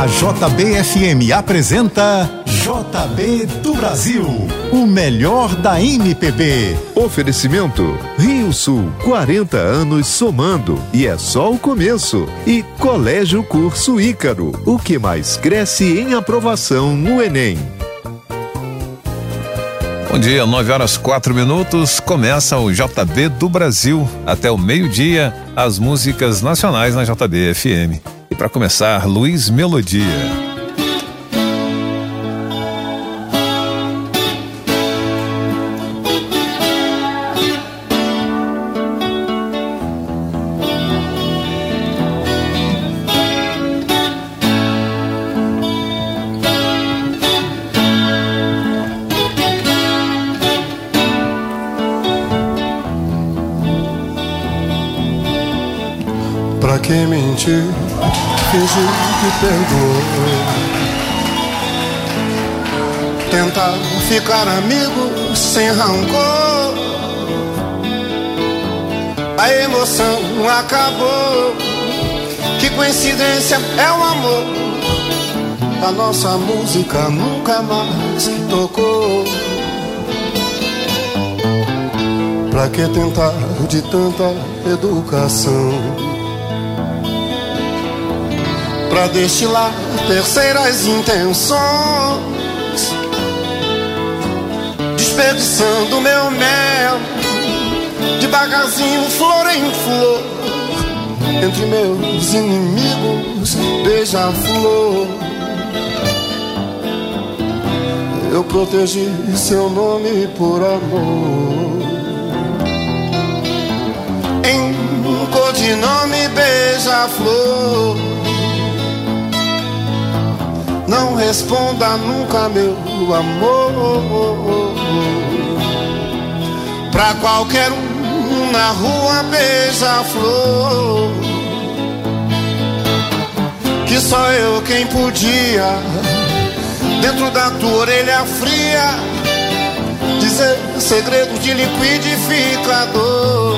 A JBFM apresenta JB do Brasil, o melhor da MPB. Oferecimento Rio Sul, 40 anos somando, e é só o começo. E Colégio Curso Ícaro, o que mais cresce em aprovação no Enem. Bom dia, 9h04, começa o JB do Brasil. Até o meio-dia, as músicas nacionais na JBFM. E para começar, Luiz Melodia. Pra que mentir, fingir que perdoou, tentar ficar amigo sem rancor. A emoção acabou, que coincidência é o amor. A nossa música nunca mais tocou. Pra que tentar de tanta educação, pra destilar terceiras intenções, desperdiçando meu mel, devagarzinho, flor em flor, entre meus inimigos, beija-flor. Eu protegi seu nome por amor, em codinome beija-flor. Não responda nunca, meu amor. Pra qualquer um na rua beija-flor, que só eu quem podia, dentro da tua orelha fria, dizer segredos de liquidificador.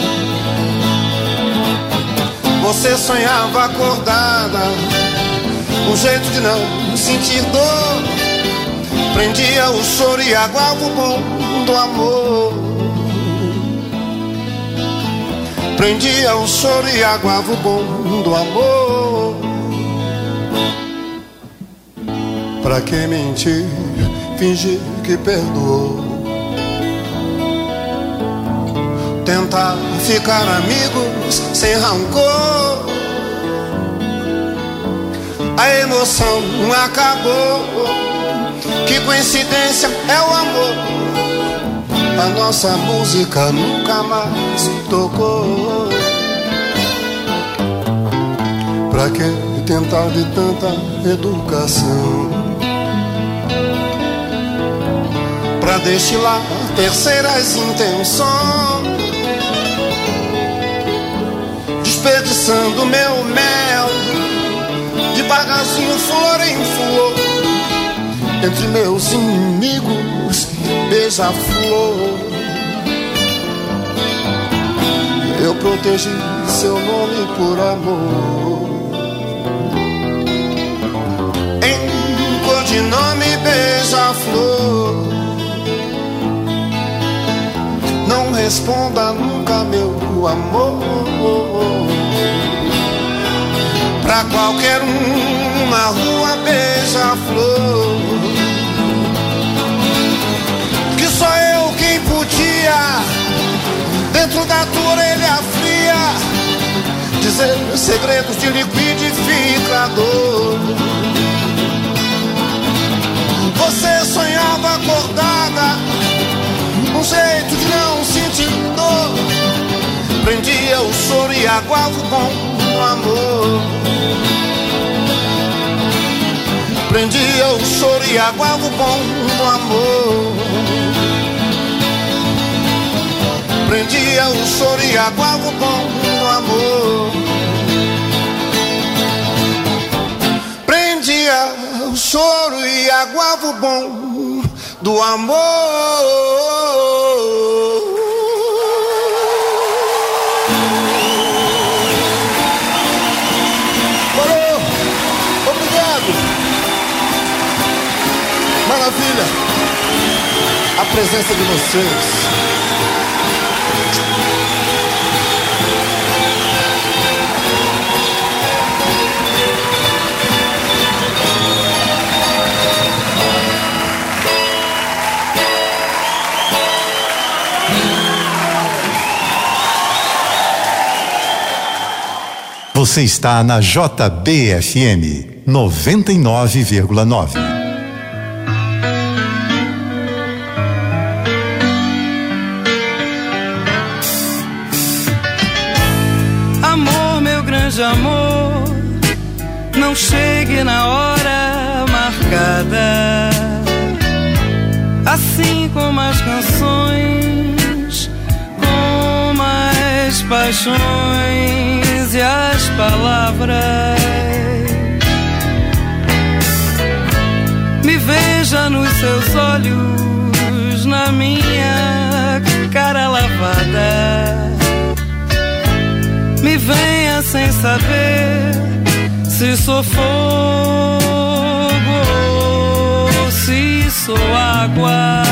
Você sonhava acordada, um jeito de não sentir dor, prendia o choro e aguava o bom do amor. Prendia o choro e aguava o bom do amor. Pra que mentir, fingir que perdoou, tentar ficar amigos sem rancor. A emoção acabou, que coincidência é o amor. A nossa música nunca mais tocou. Pra que tentar de tanta educação, pra destilar terceiras intenções, desperdiçando meu mel, devagarzinho, flor em flor, entre meus inimigos, beija-flor. Eu protegi seu nome por amor, em codinome beija-flor. Não responda nunca, meu amor. Pra qualquer um na rua beija-flor, que só eu quem podia, dentro da tua orelha fria, dizer segredos de liquidificador. Você sonhava acordada, um jeito de não sentir dor, prendia o choro e aguava o bom do amor. Prendia o choro e aguava o bom do amor. Prendia o choro e aguava o bom do amor. Prendia o choro e aguava o bom do amor. Obrigado. maravilha a presença de vocês. Você está na JBFM 99,9. Amor, meu grande amor, não chegue na hora marcada. Assim como as canções, como as paixões e as palavras. Me veja nos seus olhos, na minha cara lavada. Me venha sem saber se sou fogo ou se sou água.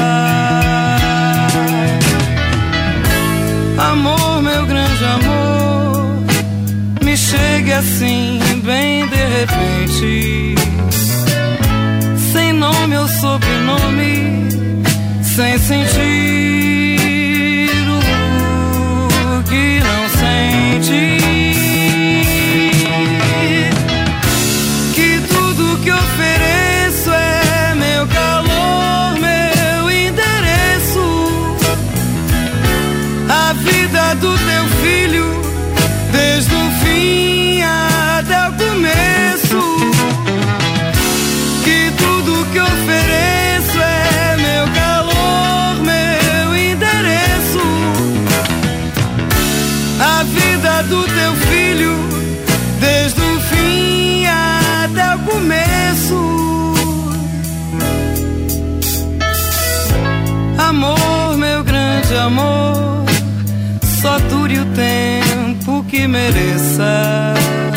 Amor, meu grande amor, me chegue assim, bem de repente, sem nome ou sobrenome, sem sentir o que não sente. Que tudo que ofereço é meu calor, meu endereço, a vida do teu filho, desde o fim até o começo. Que tudo que ofereço é meu calor, meu endereço, a vida do teu filho, desde o fim até o começo. Amor, meu grande amor, só dure o tempo que mereça.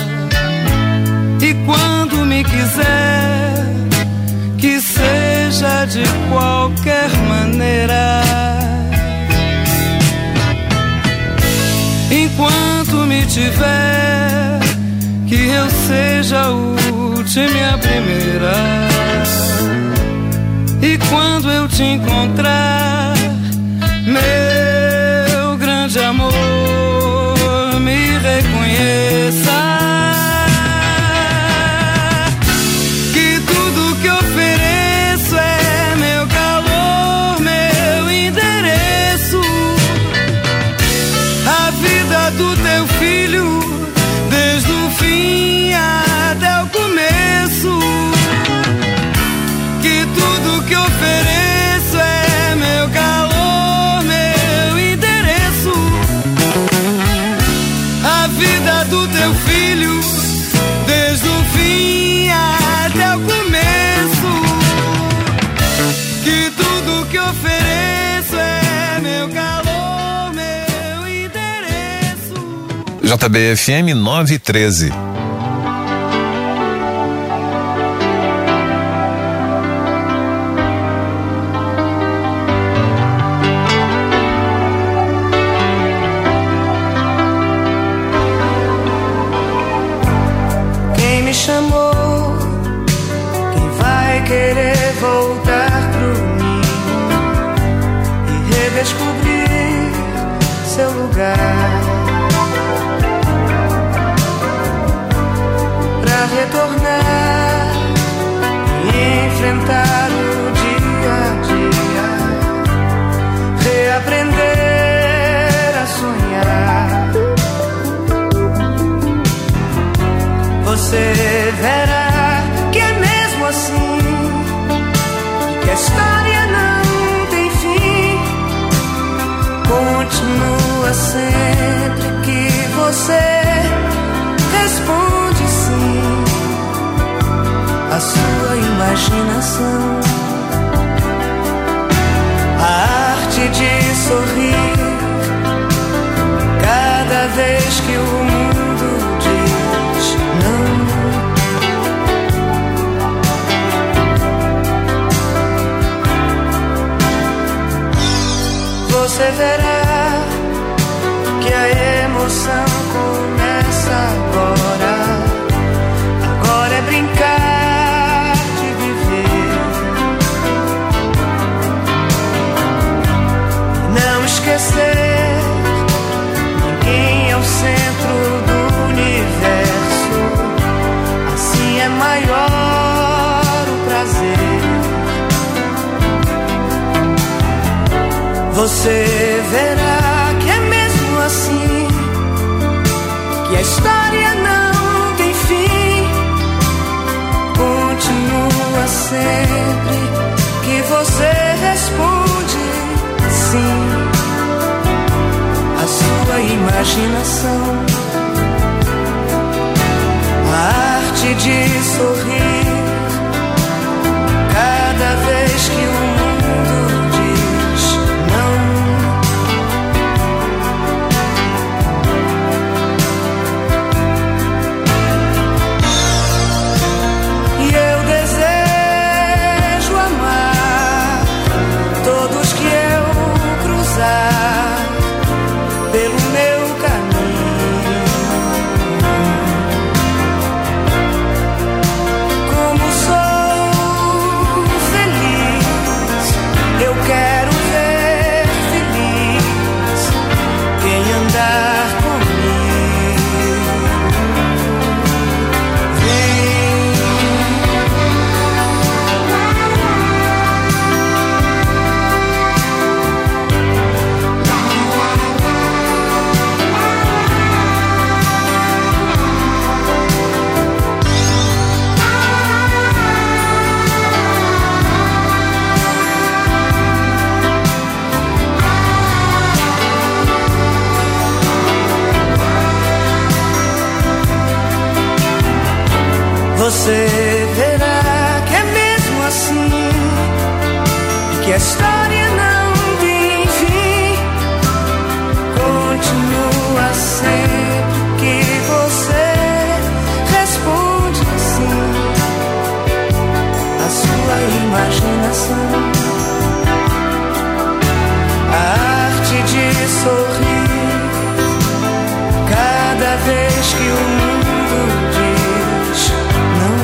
E quando me quiser, que seja de qualquer maneira. Enquanto me tiver, que eu seja a última e a primeira. E quando eu te encontrar, meu grande amor, me reconheça. Que tudo que ofereço é meu calor, meu endereço, a vida do teu filho, desde o fim até o começo. Que tudo que ofereço é meu calor, meu endereço, a vida do teu filho, desde o fim até o começo. Que tudo que ofereço é meu calor, meu endereço. JBFM 913. Quem me chamou, quem vai querer voltar pro mim e redescobrir seu lugar, pra retornar e enfrentar o dia a dia, reaprender a sonhar. Você verá que é mesmo assim, que a história não tem fim. Continua sempre que você responde sim à sua imaginação. A arte de sorrir cada vez que o mundo diz não. verá que a emoção começa agora. Agora é brincar de viver. Não esquecer, ninguém é o centro do universo. Assim é maior o prazer. Você verá que é mesmo assim, que a história não tem fim. Continua sempre que você responde sim. A sua imaginação, a arte de sorrir cada vez que o mundo diz não. E eu desejo amar todos que eu cruzar pelo meu caminho. Como sou feliz, eu quero ver feliz quem andar comigo. Você verá que é mesmo assim, que a história não tem fim. Continua sempre que você responde sim. A sua imaginação, a arte de sorrir cada vez que o mundo diz não.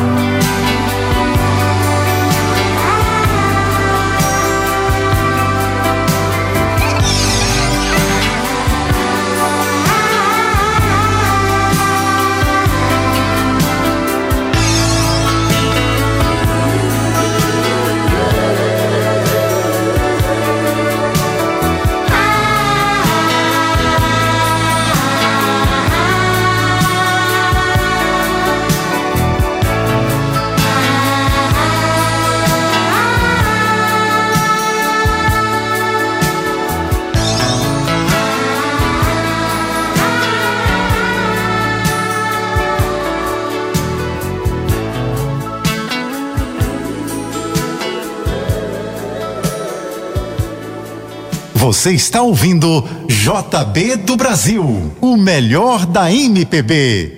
Você está ouvindo JB do Brasil, o melhor da MPB.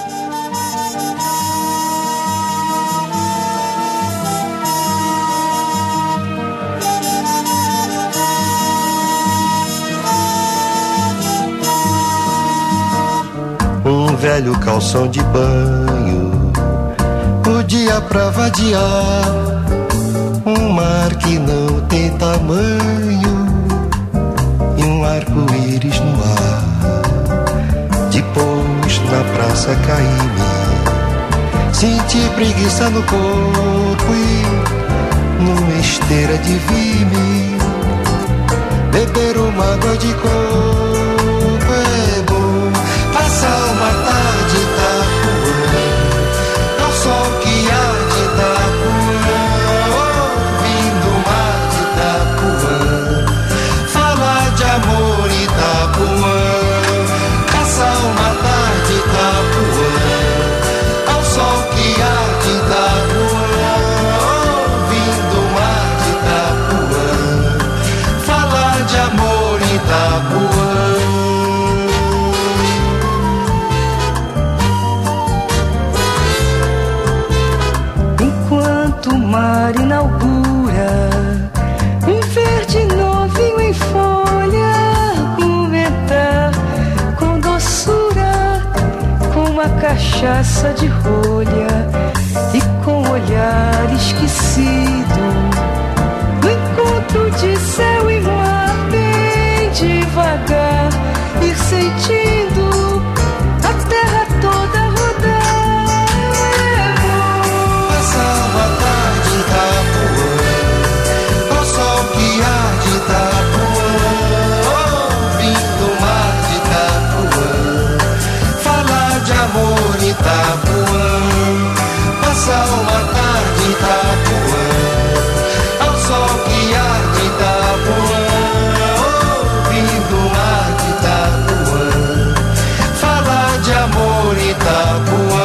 Um velho calção de banho, o dia pra vadiar, um mar que não tem tamanho, e um arco-íris no ar. Depois na praça caí-me, senti preguiça no corpo e numa esteira de vi-me beber uma água de coco. É bom passar uma tarde em Itapuã, ao sol que há de Itapuã, ouvindo o mar de Itapuã, falar de amor em Itapuã. Passar uma tarde em Itapuã, ao sol que há de Itapuã, ouvindo o mar de Itapuã, falar de amor em Itapuã. O mar inaugura um verde novinho em folha, cachaça de rolha e com olhar esquecido, no encontro de céu e mar, bem devagar, ir sentindo a terra toda rodar. Passar uma tarde em Itapuã, ao sol que arde em Itapuã, ouvindo o mar de Itapuã, falar de amor em Itapuã. Passar uma tarde em Itapuã, ao sol que arde em Itapuã, ouvindo o mar de Itapuã, falar de amor em Itapuã.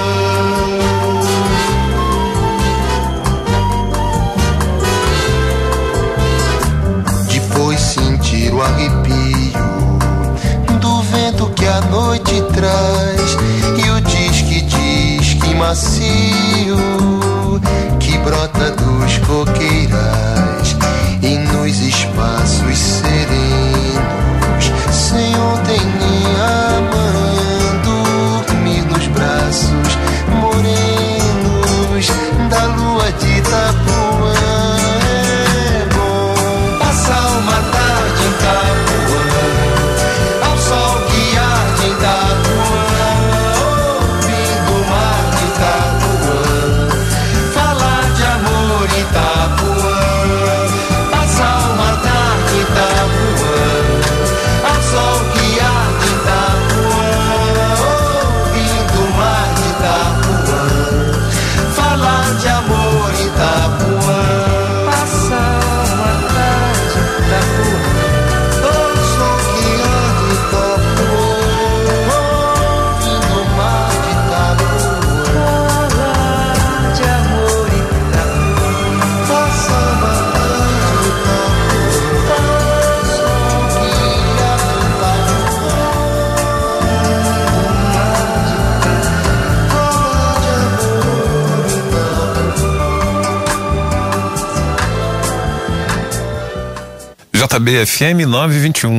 Depois sentir o arrepio do vento que a noite traz e o disque macio que brota dos coqueirais e nos espaços serenos, sem ontem nem amanhã, dormir nos braços morenos da lua de Itapuã. É bom passar uma tarde em Itapuã, ao sol que arde em Itapuã, ouvindo o mar de Itapuã, falar de amor em Itapuã. Passar uma tarde em Itapuã, ao sol que arde em Itapuã, ouvindo o mar de Itapuã, falar de amor em Itapuã. Passar uma tarde em Itapuã, Ao sol que arde em Itapuã, ouvindo o mar de Itapuã, falar de amor em Itapuã. passar uma tarde em Itapuã, ao sol que arde em Itapuã, falar de amor em Itapuã. JBFM 921.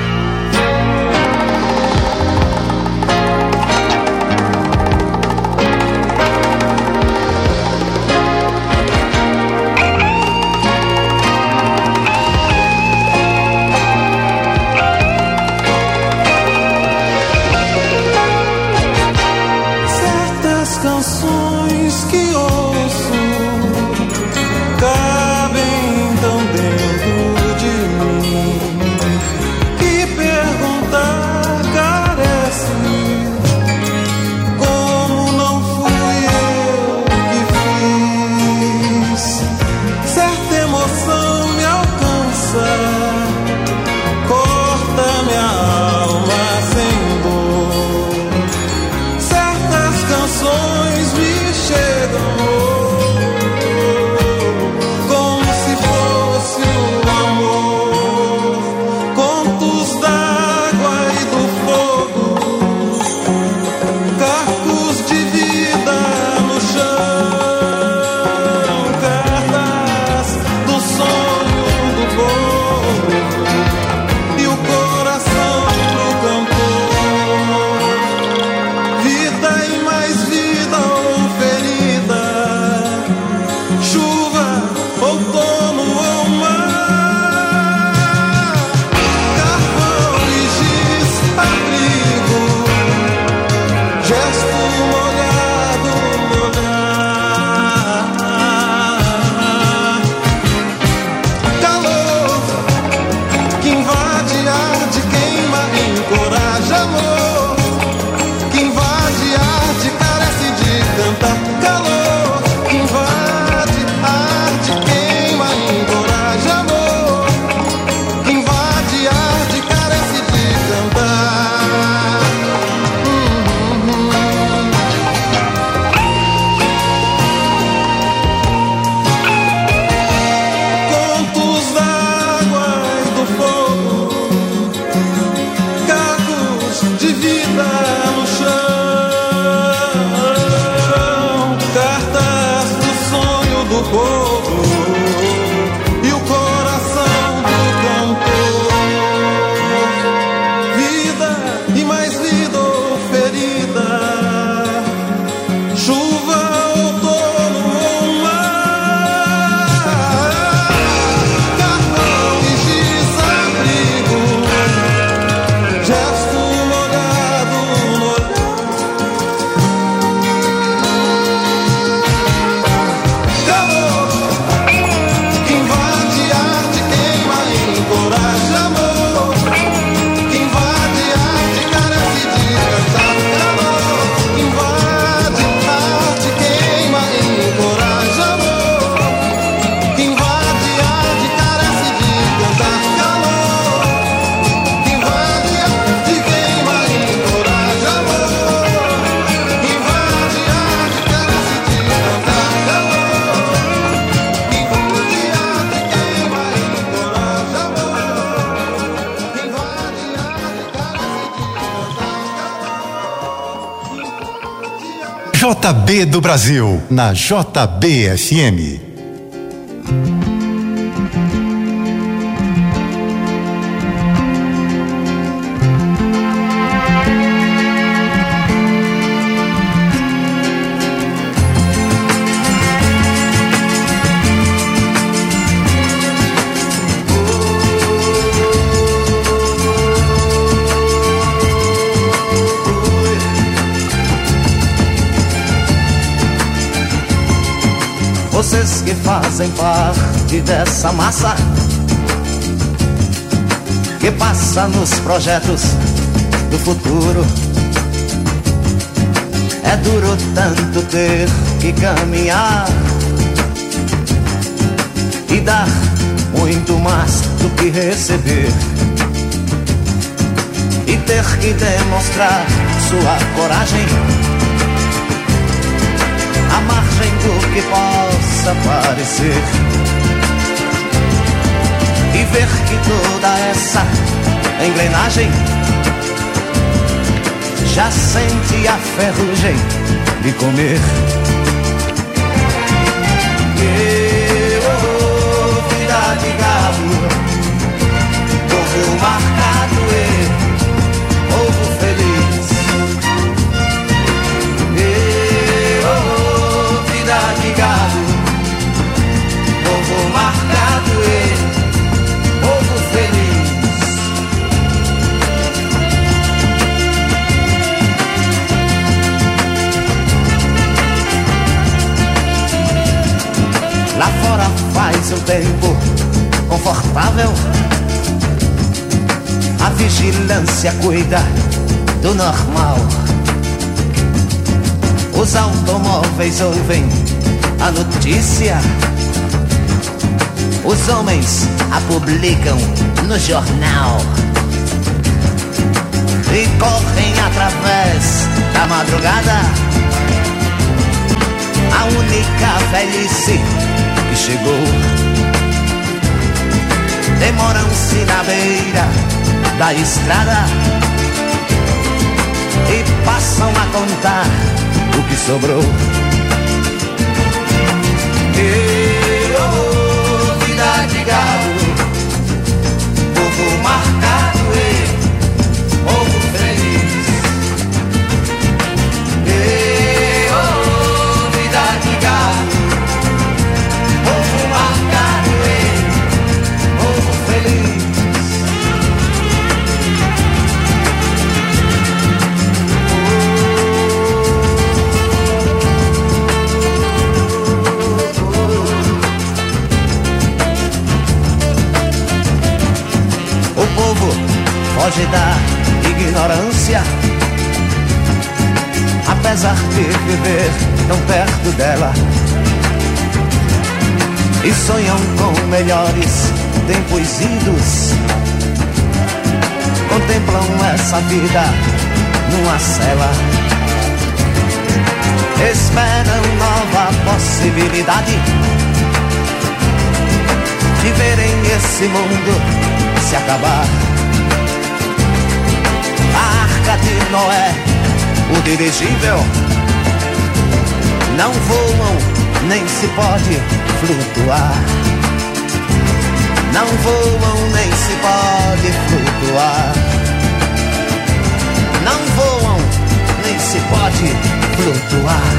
Certas canções que ouço cabem tão dentro de mim, que perguntar carece, como não fui eu que fiz. Certa emoção me alcança, corta minha alma sem dor. Certas canções me chegam JB do Brasil, na JBFM. Vocês que fazem parte dessa massa que passa nos projetos do futuro. É duro tanto ter que caminhar e dar muito mais do que receber, e ter que demonstrar sua coragem à margem do que possa parecer, e ver que toda essa engrenagem já sente a ferrugem de comer. Vida de galo, povo marcado e povo feliz. De gado, povo marcado e povo feliz. Lá fora faz um tempo confortável, a vigilância cuida do normal. Os automóveis ouvem a notícia, os homens a publicam no jornal e correm através da madrugada. A única velhice que chegou, demoram-se na beira da estrada e passam a contar o que sobrou. Vida de gado, povo marcado e povo feliz. Vida de gado, povo marcado e povo feliz. Foge da ignorância, apesar de viver tão perto dela, e sonham com melhores tempos idos. Contemplam essa vida numa cela, esperam nova possibilidade de verem esse mundo se acabar. A Arca de Noé, o dirigível, não voam, nem se pode flutuar. Não voam, nem se pode flutuar. Não voam, nem se pode flutuar.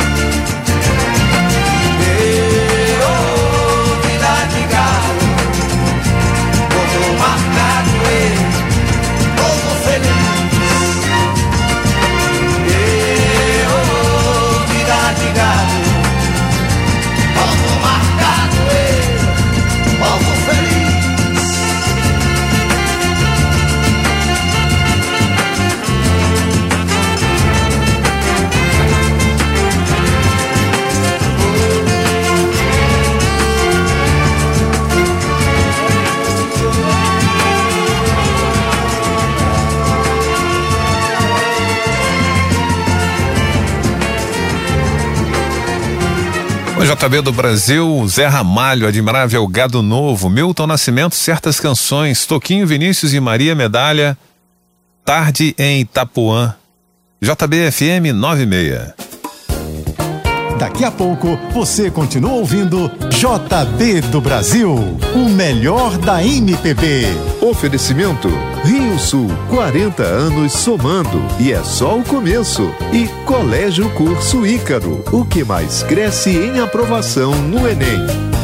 Vida de galo, povo marcado e povo feliz. Vida de galo, povo marcado e povo feliz. No JB do Brasil, Zé Ramalho, Admirável Gado Novo, Milton Nascimento, Certas Canções, Toquinho, Vinícius e Maria Medalha, Tarde em Itapuã. JB FM 96. Daqui a pouco você continua ouvindo JB do Brasil, o melhor da MPB. Oferecimento Rio Sul, 40 anos somando, e é só o começo. E Colégio Curso Ícaro, o que mais cresce em aprovação no Enem.